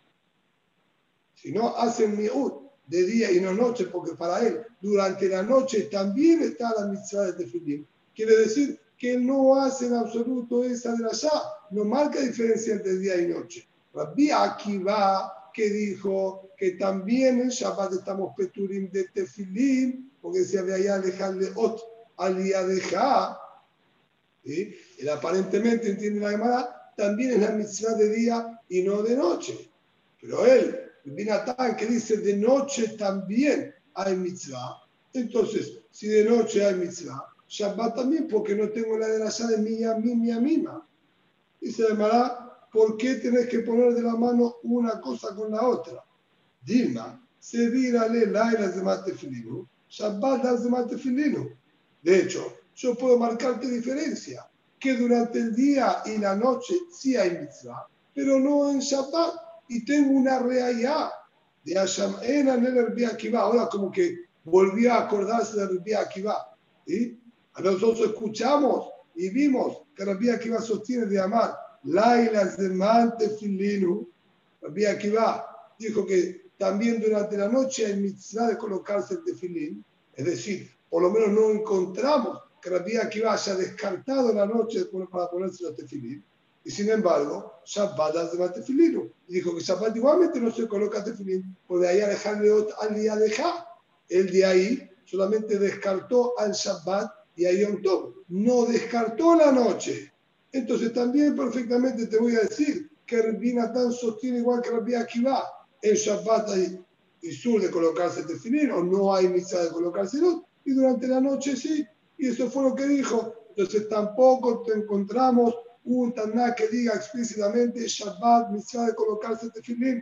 sino hace miut de día y no noche, porque para él durante la noche también está la mitzvah de tefilín. Quiere decir que no hace en absoluto esa de la Shah, no marca diferencia entre día y noche. Rabbi Akiva, que dijo que también en Shabbat estamos peturim de tefilín, porque se había dejarle ot al día de ja. ¿Sí? Él aparentemente entiende la Gemara, también es la mitzvah de día y no de noche. Pero él, el Binatán, que dice de noche también hay mitzvah, entonces, si de noche hay mitzvah, Shabbat también, porque no tengo la de la de mía, mía, mía. Dice la Gemara, ¿por qué tenés que poner de la mano una cosa con la otra? Dilma, se virale lailas de matefilinu, Shabbat las de matefilinu. De hecho, yo puedo marcarte diferencia, que durante el día y la noche sí hay mitzvah, pero no en Shabbat, y tengo una reayá de Hashem en el Rabbi Akiva, ahora como que volvió a acordarse de Rabbi Akiva, ¿sí? A nosotros escuchamos y vimos que Rabbi Akiva sostiene de amar Lailas de Mantefilinu. Rabbi Akiva dijo que también durante la noche hay mitzvah de colocarse el tefilín, es decir, por lo menos no encontramos que Rabbi Akiva haya descartado la noche para ponerse los tefilín, y sin embargo, Shabbat las de tefilín, y dijo que Shabbat igualmente no se coloca tefilín, por de ahí alejarle al día de Ja. El de ahí solamente descartó al Shabbat y a Yom Tov, no descartó la noche. Entonces también perfectamente te voy a decir que Rabbi Natán sostiene igual que Rabbi Akiva, en Shabbat hay isur de colocarse tefilín, o no hay mitzvah de colocárselo, y durante la noche sí, y eso fue lo que dijo. Entonces tampoco te encontramos un Taná que diga explícitamente Shabbat, mitzvah de colocarse tefilín.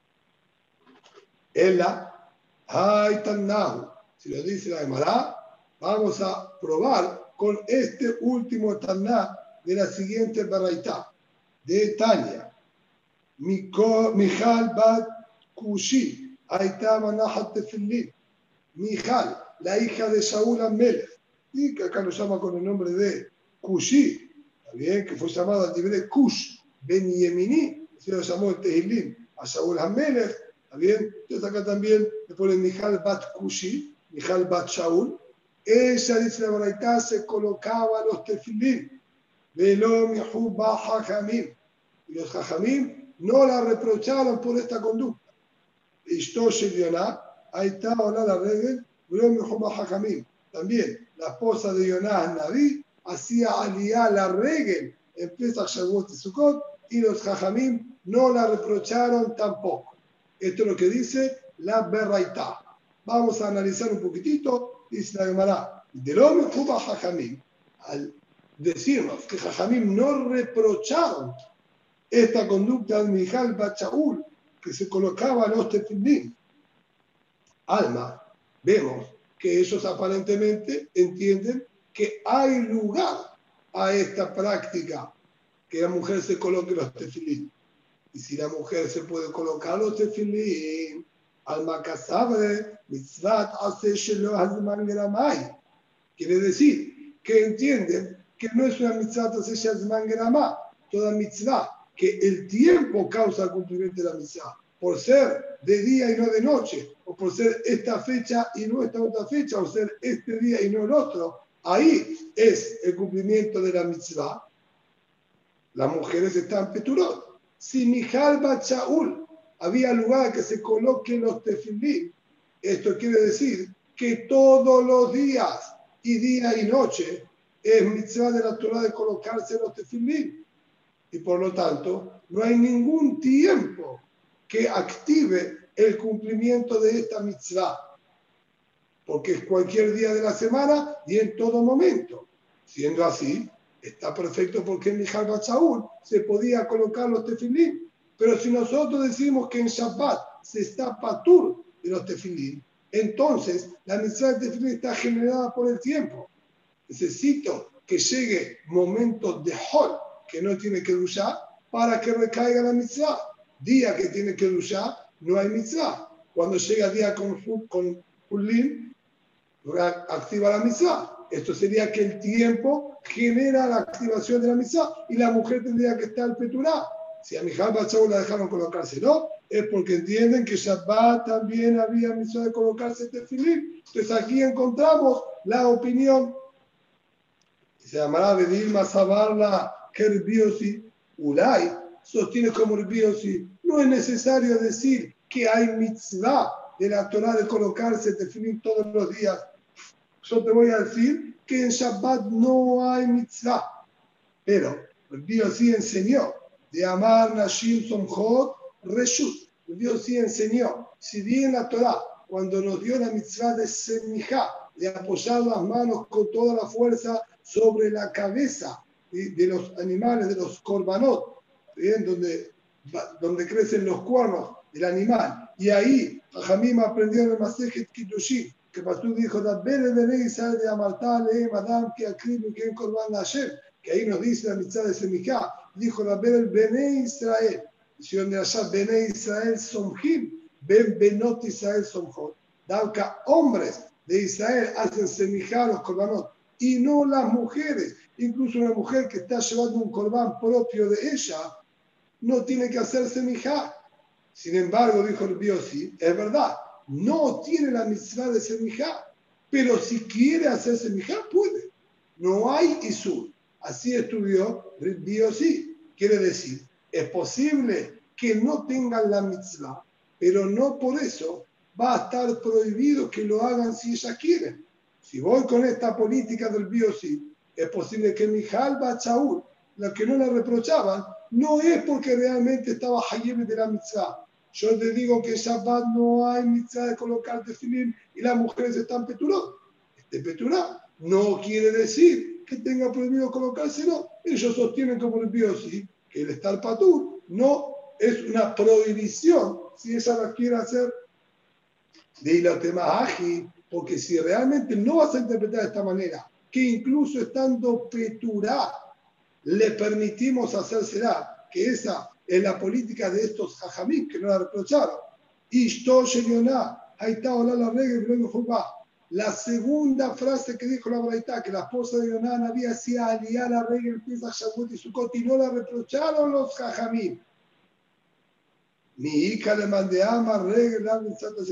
Ella, ay Taná, si lo dice la Gemara, vamos a probar con este último Taná de la siguiente baraitá, de Tania. Mijal bat Kushi, Aitá manajat tefilín. Mijal, la hija de Saúl Amelech, y que acá lo llama con el nombre de Kushi, ¿está bien? Que fue llamado al nivel de Kush, Ben Yemini, se lo llamó el Tehilín a Saúl Amelech, ¿está bien? Entonces acá también le ponen Mijal bat Kushi, Mijal bat Saúl. Ella, dice la baraitá, se colocaba los tefilín, Velo mihu ba hajamim, y los hajamim no la reprocharon por esta conducta. Ishto Yonah, ahí está, hola la regla, Velo mihu ba hajamim. También la esposa de Yonah, Naví, hacía aliyah la regla en Pesach, Shavuot y Sukkot, y los hajamim no la reprocharon tampoco. Esto es lo que dice la beraitá. Vamos a analizar un poquitito, dice la Gemara, de lo mihu ba hajamim, al decirnos que Jajamim no reprocharon esta conducta de Mijal bat Shaul, que se colocaba los tefilín. Alma, vemos que ellos aparentemente entienden que hay lugar a esta práctica, que la mujer se coloque los tefilín. Y si la mujer se puede colocar los tefilín, Alma casabre, mitzvat hace shelo hazman geramai. Quiere decir que entienden que no es una mitzvah toda mitzvah, que el tiempo causa el cumplimiento de la mitzvah, por ser de día y no de noche, o por ser esta fecha y no esta otra fecha, o ser este día y no el otro, ahí es el cumplimiento de la mitzvah. Las mujeres están peturot. Si Mijal bat Shaul había lugar a que se coloquen los tefilín, esto quiere decir que todos los días y día y noche es mitzvah de la Torah de colocarse los tefilín, y por lo tanto no hay ningún tiempo que active el cumplimiento de esta mitzvah, porque es cualquier día de la semana y en todo momento. Siendo así, está perfecto, porque en Mijal bat Shaul se podía colocar los tefilín, pero si nosotros decimos que en Shabbat se está patur de los tefilín, entonces la mitzvah de tefilín está generada por el tiempo. Necesito que llegue momentos de hol que no tiene que dushar para que recaiga la mitzvah. Día que tiene que dushar, no hay mitzvah. Cuando llega día con, con hulín, activa la mitzvah. Esto sería que el tiempo genera la activación de la mitzvah y la mujer tendría que estar peturá. Si a Mijal bat Shaul la dejaron colocarse, no, es porque entienden que Shabbat también había mitzvah de colocarse tefilín. Entonces aquí encontramos la opinión. Se llamará Bedilma Sabarla Kerbiosi Ulay, sostiene como Kerbiosi. No es necesario decir que hay mitzvah de la Torah de colocarse tefilín todos los días yo te voy a decir que en Shabbat no hay mitzvah. Pero el Dios sí enseñó de amar Nashim Somchot Reshut. El Dios sí enseñó, si bien la Torah, cuando nos dio la mitzvah de Semijá, de apoyar las manos con toda la fuerza sobre la cabeza de los animales, de los korbanot, ¿bien? Donde, donde crecen los cuernos del animal. Y ahí, Jajamim aprendió en el Masejet Kiddushin, que Pastor dijo, de Amartale, Madame, que Akrib, que en Korban Hashem, que ahí nos dice la mitzvah de Semijá, dijo la el Bene Israel, si donde allá Bene Israel Somjim, Ben Benot Israel Somjot, Dalka, hombres de Israel hacen semijá a los korbanot, y no las mujeres. Incluso una mujer que está llevando un corbán propio de ella, no tiene que hacer semijá. Sin embargo, dijo el Biosi, es verdad, no tiene la mitzvah de semijá, pero si quiere hacer semijá, puede. No hay isur. Así estudió el Biosi. Quiere decir, es posible que no tengan la mitzvah, pero no por eso va a estar prohibido que lo hagan si ellas quieren. Si voy con esta política del Biosi, es posible que Mijal Bachaul, la que no la reprochaban, no es porque realmente estaba Hayem de la mitzvah. Yo te digo que en Shabbat no hay mitzvah de colocar tefilín y las mujeres están peturot. Este peturá no quiere decir que tenga prohibido colocárselo. Ellos sostienen como el Biosi que el estar patur no es una prohibición si ella la quiere hacer de ilotema ágil, porque si realmente no vas a interpretar de esta manera, que incluso estando peturá le permitimos hacérsela, que esa es la política de estos jajamim que no la reprocharon. Ishto Shelioná, ahí está hola la regla y luego Jubá. La segunda frase que dijo la Braitá, que la esposa de Yonán había sido aliar la regla el Pesach, Shavuot y Sukkot, y no la reprocharon los jajamim. Mi hija le mandé ama regla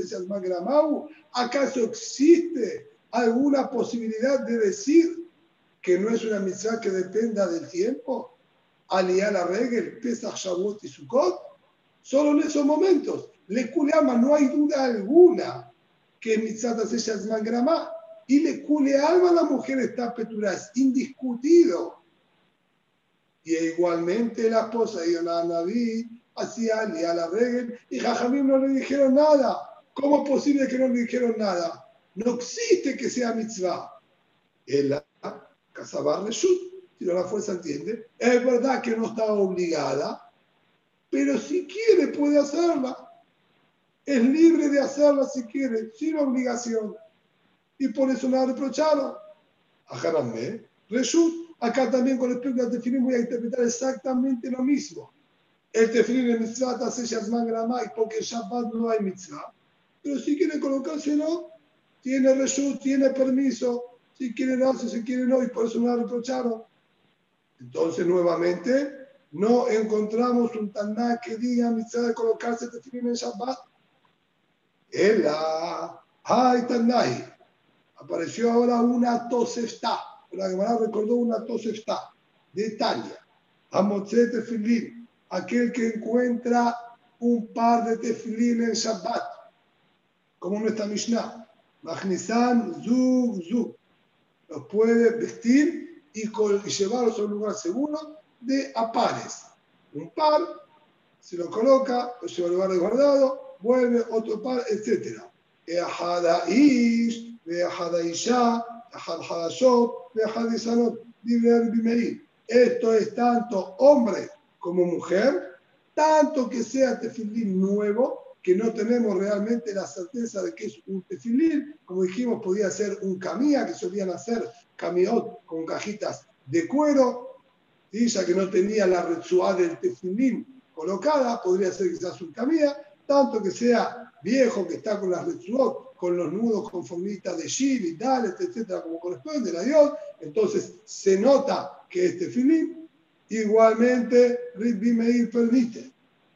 ¿acaso existe alguna posibilidad de decir que no es una mitzvah que dependa del tiempo? Aliar la regla, Pesach, Shavuot y Sukkot, solo en esos momentos. Le culeama, no hay duda alguna que mitzvah se llama gramá. Y le culeama, la mujer está peturá, es indiscutido. Y igualmente la esposa de Yonah Naví hacía aliar la regla y Jajamim no le dijeron nada. ¿Cómo es posible que no le dijeron nada? No existe que sea mitzvah. Es la Kasabar Reshut, si no la fuerza entiende. Es verdad que no estaba obligada, pero si quiere puede hacerla. Es libre de hacerla si quiere, sin obligación. Y por eso la reprocharon. A Haramé, Reshut. Acá también con respecto al tefilín voy a interpretar exactamente lo mismo. El tefilín en mitzvah hace Shazman Gramá y porque en Shabbat no hay mitzvah. Pero si quiere colocárselo, tiene reshut, tiene permiso. Si quiere lo hace, si quiere no, y por eso no la reprocharon. Entonces, nuevamente, no encontramos un taná que diga mitzvah de colocarse tefilín en Shabbat. Ela, ay tanay. Apareció ahora una tosefta. La Gemara recordó una tosefta de Tanya. Amotze tefilín, aquel que encuentra un par de tefilín en Shabbat, como nuestra Mishnah. Machnizan zug zug. Los puede vestir y, con, y llevarlos a un lugar seguro de a pares. Un par, se lo coloca, lo lleva al lugar resguardado, vuelve otro par, etcétera. Ehada ish, ehada isha, ehad hadashot, ehad isanot, libre bimerim. Esto es tanto hombre como mujer, tanto que sea tefilín nuevo, que no tenemos realmente la certeza de que es un tefilín, como dijimos, podía ser un camía, que solían hacer camiot con cajitas de cuero, y ya que no tenía la retsuá del tefilín colocada, podría ser quizás un camía, tanto que sea viejo, que está con las retsuot, con los nudos con formitas de shil y tal, etcétera, como corresponde, la Dios, entonces se nota que es tefilín. Igualmente, Ritbi Meir permite.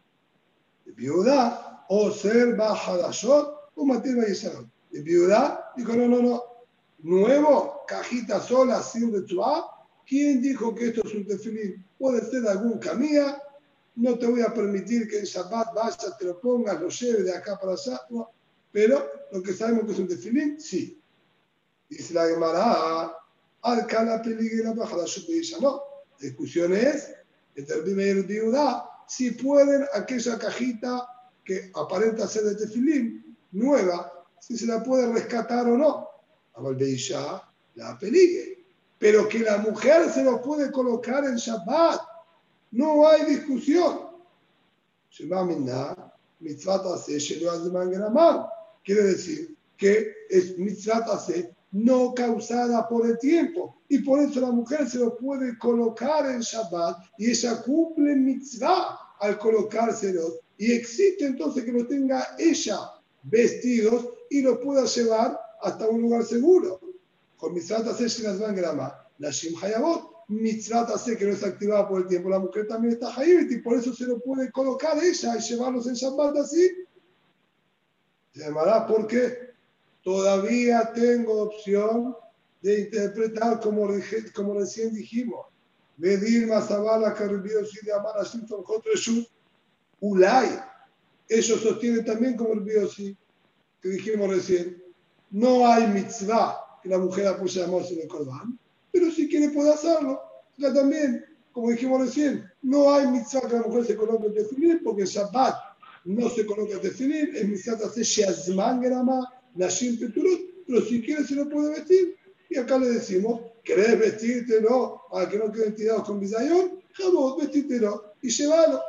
Viuda, o ser bajadashot, o matir vayesarot. Y viuda dijo, no, no, no. Nuevo, cajita sola, sin retsuá. ¿Quién dijo que esto es un tefilín? Puede ser algún camía. No te voy a permitir que en Shabbat vayas, te lo pongas, lo lleves de acá para allá. No. Pero lo que sabemos que es un tefilín, sí. Dice la Gemara, Arcana Peligro Bajada Shubisha. No, la discusión es entre el Bime y el Biudá si pueden aquella cajita que aparenta ser de tefilín, nueva, si se la puede rescatar o no. Amalbeisha la peligue. Pero que la mujer se lo puede colocar en Shabbat. No hay discusión. Shema Minna, mitzvat hace, shelo azman gramar. Quiere decir que es mitzvat hace no causada por el tiempo. Y por eso la mujer se lo puede colocar en Shabbat y ella cumple mitzvah al colocárselo. Y existe entonces que lo tenga ella vestidos y lo pueda llevar hasta un lugar seguro. Con mitzvat hace, shelo azman gramar. La Shim Hayabot. Mitzvah hace que no es activada por el tiempo, la mujer también está hayibet y por eso se lo puede colocar ella y llevarlos en Shabbat así. Se llamará porque todavía tengo opción de interpretar como, como recién dijimos. Medir Masabala Caribbeos y de Amar a Simpson Jotreshut Ulay. Ellos sostienen también como el Biosi que dijimos recién. No hay mitzvah que la mujer apoye a Moshe en el Corban. Pero si quiere puede hacerlo. Ya también, como dijimos recién, no hay mitzvah que la mujer se coloque el tefilín, porque en Shabbat no se coloca el tefilín, es mitzvah de hacer sheazman gerama, nashim peturut, pero si quiere se lo puede vestir. Y acá le decimos, ¿querés vestirtelo para que no queden tirados con bizayón? Jamás, vestítelo y llévalo.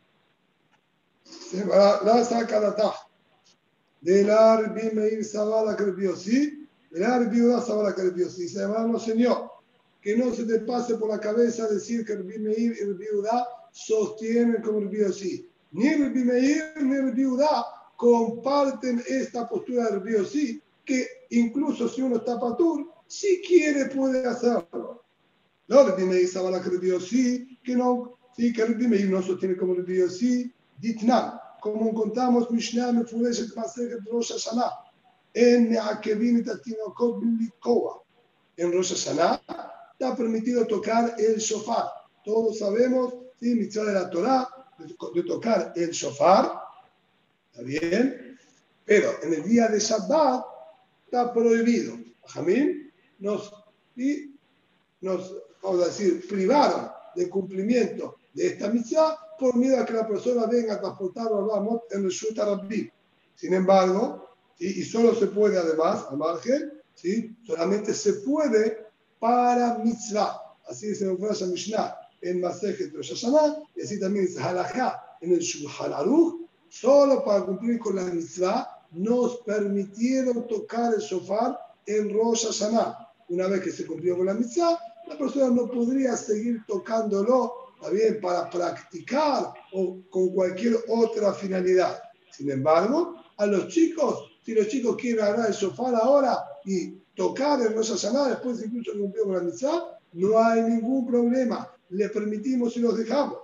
Se va la saca la taja. Del Arbi Meir Sabala Crepiosi, del Arbi Udá Sabala Crepiosi. Se llama, no señor. Que no se te pase por la cabeza decir que el Bimeir y el Biudá sostienen como el Biosí. Ni el Bimeir ni el Biudá comparten esta postura del Biosí, que incluso si uno está patur, si quiere puede hacerlo. No el Bimeir sabe que el Biosí, que no, sí, que el Bimeir no sostiene como el Biosí, Ditnan, como encontramos Mishnah me fudece que pase el Rosh Hashanah, en Neakevin y Tatinokot Bilikoa, en Rosh Hashanah. Está permitido tocar el shofar. Todos sabemos, ¿sí? Mitzvah de la Torah, de, de tocar el shofar, ¿está bien? Pero en el día de Shabbat está prohibido. Jamín nos, ¿sí? nos, vamos a decir, privaron del cumplimiento de esta mitzvah por miedo a que la persona venga a transportarlo a Ramot en el Shut Rabbi. Sin embargo, ¿sí? y solo se puede además, al margen, ¿sí? solamente se puede para mitzvah. Así dice en la Mishnah en Masejet Rosh Hashanah, y así también dice halajá en el Shulchan Aruch, solo para cumplir con la mitzvah nos permitieron tocar el shofar en Rosh Hashanah. Una vez que se cumplió con la mitzvah, la persona no podría seguir tocándolo, ¿está bien?, para practicar o con cualquier otra finalidad. Sin embargo, a los chicos, si los chicos quieren agarrar el shofar ahora y tocar en Rosh Hashanah, después incluso que cumplió con la mitzvah, no hay ningún problema. Le permitimos y los dejamos.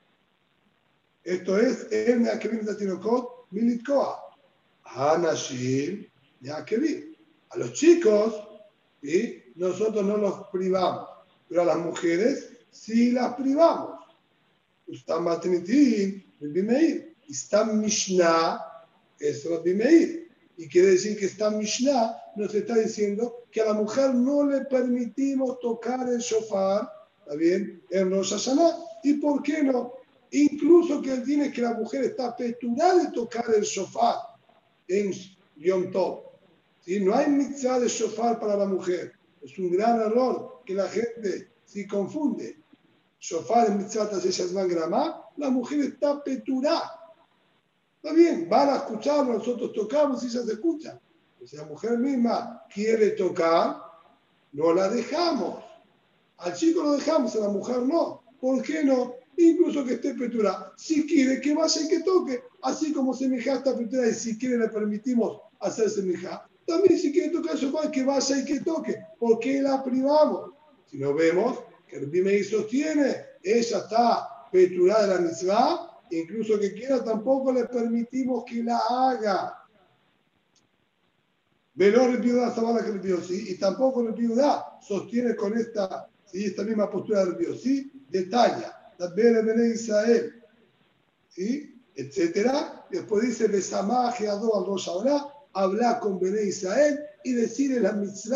Esto es el Meakevim Tatinokot Militkoa. Hanashim Meakevim. A los chicos, ¿sí? nosotros no los privamos, pero a las mujeres sí las privamos. Ustam Matinitim, el Bimeir. Ustam Mishnah, eso es Bimeir. Y quiere decir que esta Mishnah nos está diciendo que a la mujer no le permitimos tocar el shofar, ¿está bien?, en Rosh Hashanah. ¿Y por qué no? Incluso que él tiene que la mujer está peturada de tocar el shofar en Yom Tov. ¿Sí? No hay mitzvah de shofar para la mujer. Es un gran error que la gente se confunde. Shofar en mitzvah Tasheshazman Gramá, la mujer está peturada. Está bien, van a escuchar, nosotros tocamos y ella se escucha. Si la mujer misma quiere tocar, no la dejamos. Al chico lo dejamos, a la mujer no. ¿Por qué no? Incluso que esté peturada. Si quiere que vaya y que toque, así como semijá está peturada y si quiere le permitimos hacer semijá, también si quiere tocar shofar, que vaya y que toque. ¿Por qué la privamos? Si no vemos que el Bimei sostiene, ella está peturada de la mitzvah, incluso que quiera, tampoco le permitimos que la haga. Velor el Biudá Zabala que el Biosí, y tampoco el Biudá sostiene con esta, ¿sí? esta misma postura del Biosí, detalla, Tabere Bene Israel, ¿sí? etcétera. Después dice, Besamaje Ado al Rosh Hashanah, habla con Bene Israel y decirle la mitzvah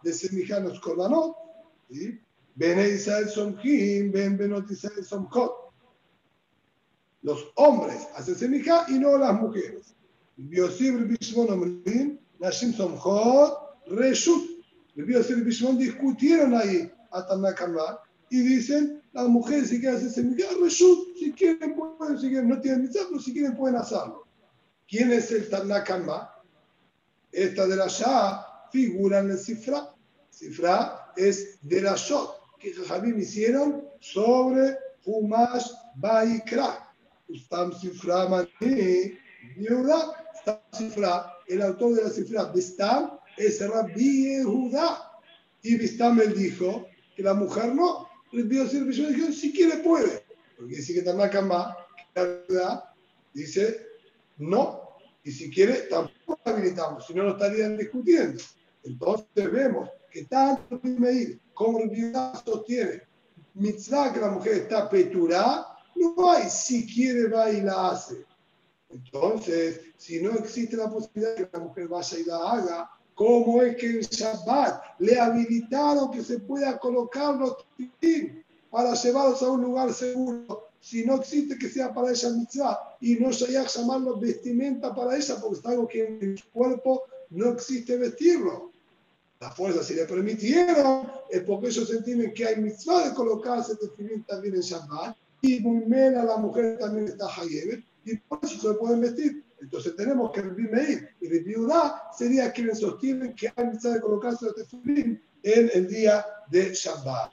de semijá en los korbanot. ¿Sí? Ben Israel somjim, ben benot Israel somjot. Los hombres hacen semijá y no las mujeres. Biosib y Bishmon omrim, nashim somjot, reshut. Biosib y Bishmon discutieron ahí a Tanakama y dicen, las mujeres si quieren hacer semijá, reshut, si quieren pueden, si quieren, no tienen mitzvah, pero si quieren pueden hacerlo. ¿Quién es el Tanakama? Esta de la Shah figura en el Sifra. Sifra es de la Shot que Jajamim hicieron sobre Humash Baikra. Ustam Sifra Mani Yehuda. Ustam Sifra, el autor de la Sifra, Bistam, es Rabbi Yehuda. Y Bistam él dijo que la mujer no. Dijo, si quiere puede. Porque dice que Tanakama, la verdad, dice no. Y si quiere, tampoco habilitamos, si no, no estarían discutiendo. Entonces vemos que tanto Meir como Rebiudá sostiene mitzvah que la mujer está peturá, no hay si quiere va y la hace. Entonces, si no existe la posibilidad de que la mujer vaya y la haga, ¿cómo es que en Shabbat le habilitaron que se pueda colocar los tefilín para llevarlos a un lugar seguro? Si no existe que sea para ella mitzvah y no se haya llamarlo vestimenta para ella porque es algo que en su cuerpo no existe vestirlo. La fuerza, si le permitieron, es porque ellos entienden que hay mitzvah de colocarse tefilín también en Shabbat y muy mena la mujer también está hayebe y por eso se pueden vestir. Entonces tenemos que Rabbi Meir y Rabbi Yehuda sería quienes sostienen que hay mitzvah de colocarse los tefilín en el día de Shabbat.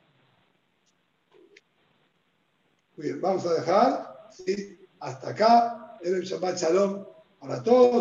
Muy bien, vamos a dejar ¿sí? hasta acá. El Shabbat Shalom para todos.